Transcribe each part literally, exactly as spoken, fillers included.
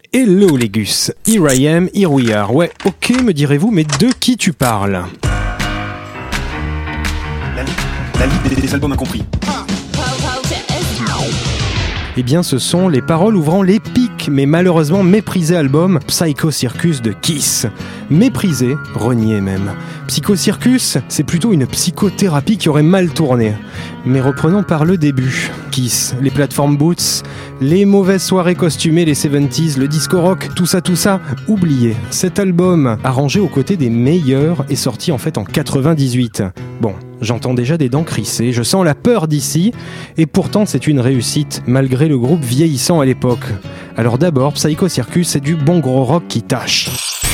Hello les gus, here I am, here we are. Ouais, ok me direz-vous, mais de qui tu parles ? La, la liste des, des albums incompris. Eh bien ce sont les paroles ouvrant l'épique mais malheureusement méprisé album Psycho Circus de Kiss. Méprisé, renié même. Psycho Circus, c'est plutôt une psychothérapie qui aurait mal tourné. Mais reprenons par le début. Kiss, les plateformes boots, les mauvaises soirées costumées, les soixante-dix, le disco rock, tout ça, tout ça, oublié. Cet album, arrangé aux côtés des meilleurs, est sorti en fait en quatre-vingt-dix-huit. Bon, j'entends déjà des dents crisser, je sens la peur d'ici, et pourtant c'est une réussite, malgré le groupe vieillissant à l'époque. Alors d'abord, Psycho Circus, c'est du bon gros rock qui tâche.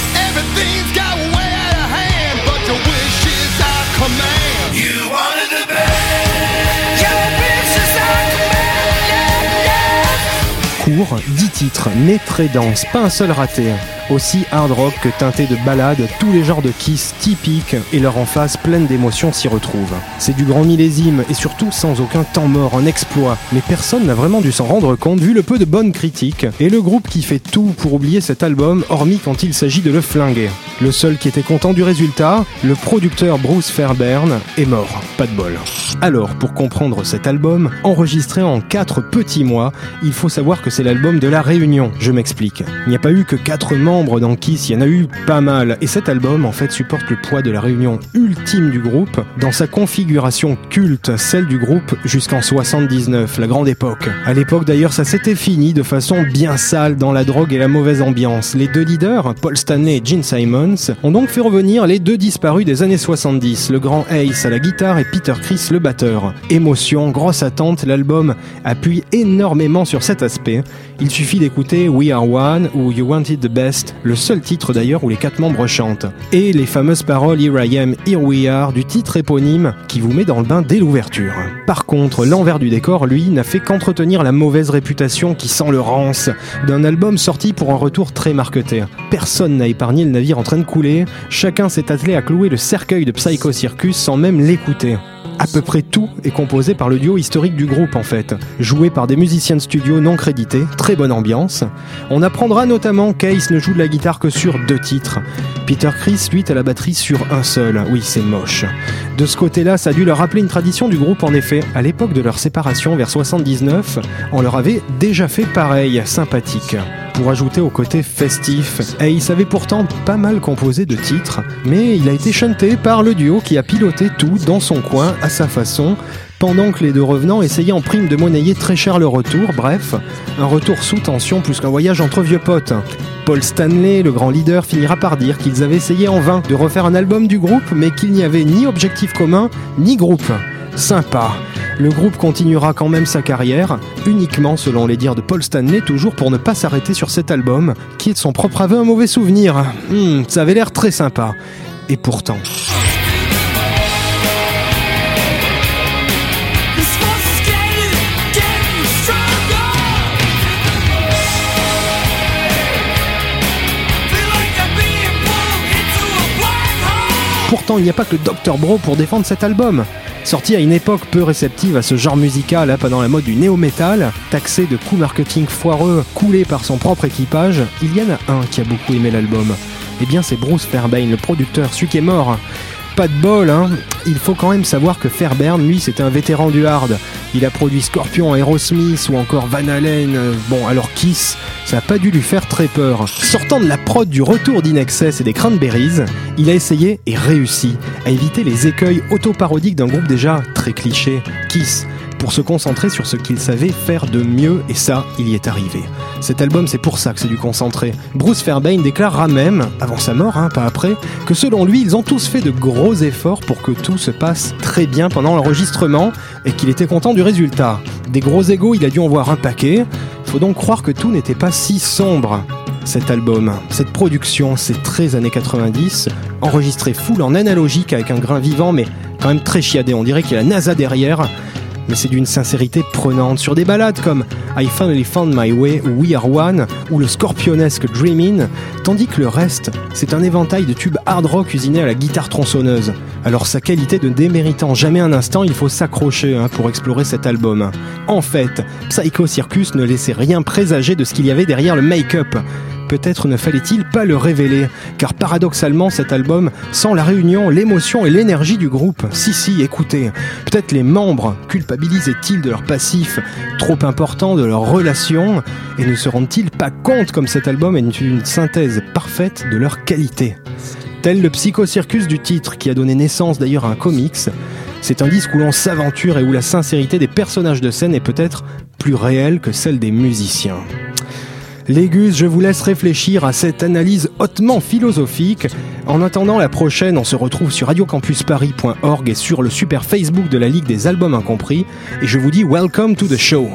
Court, dix titres, mais très dense, pas un seul raté. Aussi hard rock que teinté de ballades, tous les genres de Kiss typiques et leur emphase pleine d'émotions s'y retrouvent. C'est du grand millésime et surtout sans aucun temps mort, un exploit. Mais personne n'a vraiment dû s'en rendre compte vu le peu de bonnes critiques et le groupe qui fait tout pour oublier cet album, hormis quand il s'agit de le flinguer. Le seul qui était content du résultat, le producteur Bruce Fairbairn, est mort. Pas de bol. Alors, pour comprendre cet album, enregistré en quatre petits mois, il faut savoir que c'est l'album de la réunion. Je m'explique. Il n'y a pas eu que quatre membres dans Kiss, il y en a eu pas mal. Et cet album, en fait, supporte le poids de la réunion ultime du groupe dans sa configuration culte, celle du groupe jusqu'en soixante-dix-neuf, la grande époque. À l'époque, d'ailleurs, ça s'était fini de façon bien sale dans la drogue et la mauvaise ambiance. Les deux leaders, Paul Stanley et Gene Simmons, ont donc fait revenir les deux disparus des années soixante-dix, le grand Ace à la guitare et Peter Criss le batteur. Émotion, grosse attente, l'album appuie énormément sur cet aspect. Il suffit d'écouter We Are One ou You Wanted the Best, le seul titre d'ailleurs où les quatre membres chantent. Et les fameuses paroles Here I Am, Here We Are du titre éponyme qui vous met dans le bain dès l'ouverture. Par contre, l'envers du décor, lui, n'a fait qu'entretenir la mauvaise réputation qui sent le rance d'un album sorti pour un retour très marketé. Personne n'a épargné le navire en train de couler, chacun s'est attelé à clouer le cercueil de Psycho Circus sans même l'écouter. À peu près tout est composé par le duo historique du groupe en fait, joué par des musiciens de studio non crédités, très bonne ambiance. On apprendra notamment qu'Ace ne joue de la guitare que sur deux titres. Peter Criss, lui, à la batterie sur un seul. Oui, c'est moche. De ce côté-là, ça a dû leur rappeler une tradition du groupe en effet. À l'époque de leur séparation vers soixante-dix-neuf, on leur avait déjà fait pareil, sympathique. Pour ajouter au côté festif, Ace avait pourtant pas mal composé de titres, mais il a été chanté par le duo qui a piloté tout dans son coin à sa façon, pendant que les deux revenants essayaient en prime de monnayer très cher le retour, bref, un retour sous tension plus qu'un voyage entre vieux potes. Paul Stanley, le grand leader, finira par dire qu'ils avaient essayé en vain de refaire un album du groupe, mais qu'il n'y avait ni objectif commun, ni groupe. Sympa. Le groupe continuera quand même sa carrière, uniquement selon les dires de Paul Stanley, toujours pour ne pas s'arrêter sur cet album, qui est de son propre aveu un mauvais souvenir. Hmm, ça avait l'air très sympa. Et pourtant... Pourtant, il n'y a pas que le docteur Bro pour défendre cet album. Sorti à une époque peu réceptive à ce genre musical, là, pendant la mode du néo-metal, taxé de coups marketing foireux, coulé par son propre équipage, il y en a un qui a beaucoup aimé l'album. Eh bien, c'est Bruce Fairbairn, le producteur, celui qui est mort. Pas de bol, hein. Il faut quand même savoir que Fairbairn, lui, c'était un vétéran du hard. Il a produit Scorpion, Aerosmith ou encore Van Halen. Bon, alors Kiss, ça a pas dû lui faire très peur. Sortant de la prod du retour d'In Excess et des Cranberries, il a essayé et réussi à éviter les écueils autoparodiques d'un groupe déjà très cliché, Kiss, pour se concentrer sur ce qu'il savait faire de mieux, et ça, il y est arrivé. Cet album, c'est pour ça que c'est du concentré. Bruce Fairbairn déclarera même, avant sa mort, hein, pas après, que selon lui, ils ont tous fait de gros efforts pour que tout se passe très bien pendant l'enregistrement, et qu'il était content du résultat. Des gros égos, il a dû en voir un paquet. Faut donc croire que tout n'était pas si sombre. Cet album, cette production, c'est très années quatre-vingt-dix, enregistré full en analogique avec un grain vivant, mais quand même très chiadé. On dirait qu'il y a la NASA derrière. mais c'est d'une sincérité prenante sur des ballades comme I Finally Found My Way ou We Are One ou le scorpionesque Dreamin', tandis que le reste, c'est un éventail de tubes hard rock usinés à la guitare tronçonneuse. Alors sa qualité ne déméritant jamais un instant, il faut s'accrocher hein, pour explorer cet album. En fait, Psycho Circus ne laissait rien présager de ce qu'il y avait derrière le make-up. Peut-être ne fallait-il pas le révéler, car paradoxalement cet album sent la réunion, l'émotion et l'énergie du groupe. Si si, écoutez, peut-être les membres culpabilisaient-ils de leur passif trop important, de leur relation, et ne se rendent-ils pas compte comme cet album est une synthèse parfaite de leur qualité. Tel le Psycho Circus du titre, qui a donné naissance d'ailleurs à un comics, c'est un disque où l'on s'aventure et où la sincérité des personnages de scène est peut-être plus réelle que celle des musiciens. Les Gus, je vous laisse réfléchir à cette analyse hautement philosophique. En attendant la prochaine, on se retrouve sur radio campus paris point org et sur le super Facebook de la Ligue des Albums Incompris. Et je vous dis welcome to the show.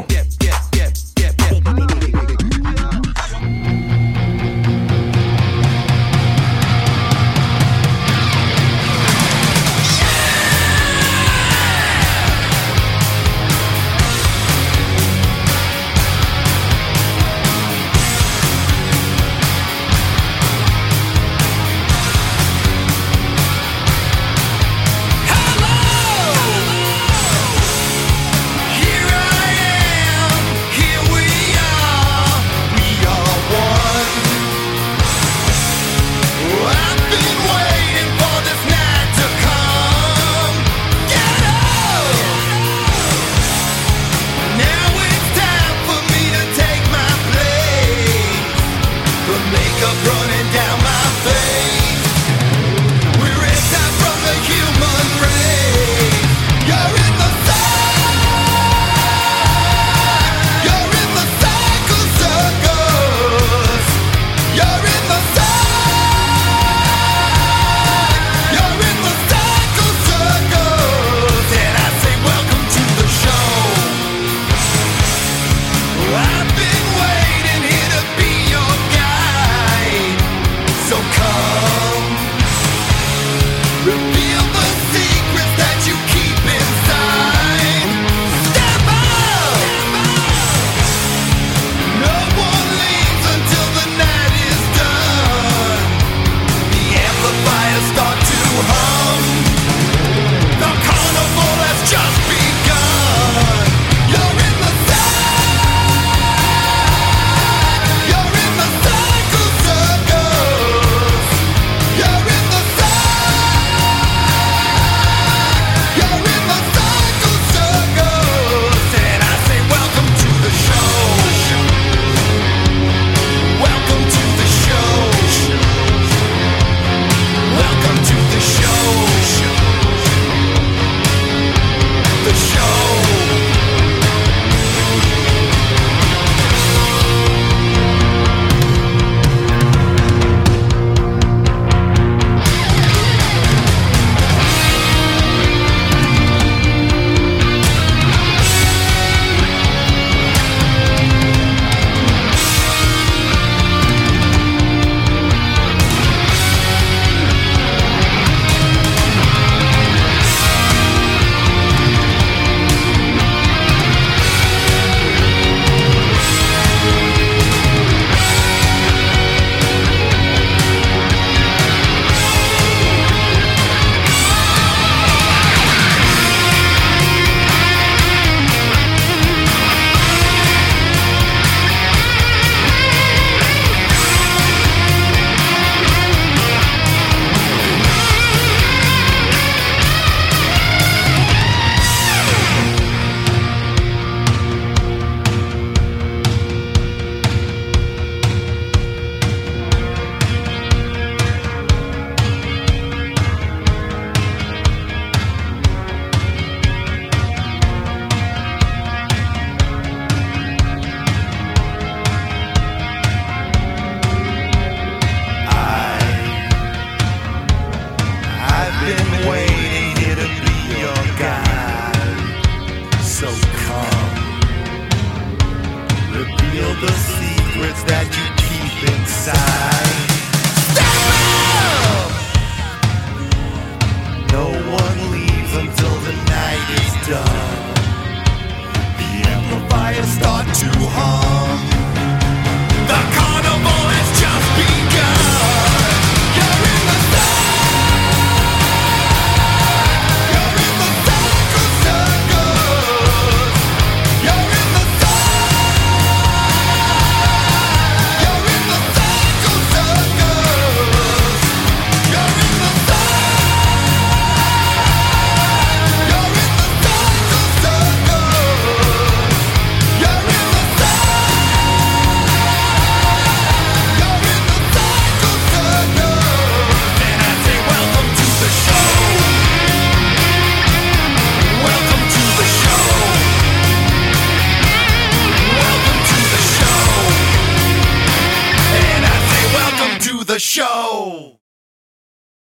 No one leaves until the night is done. show!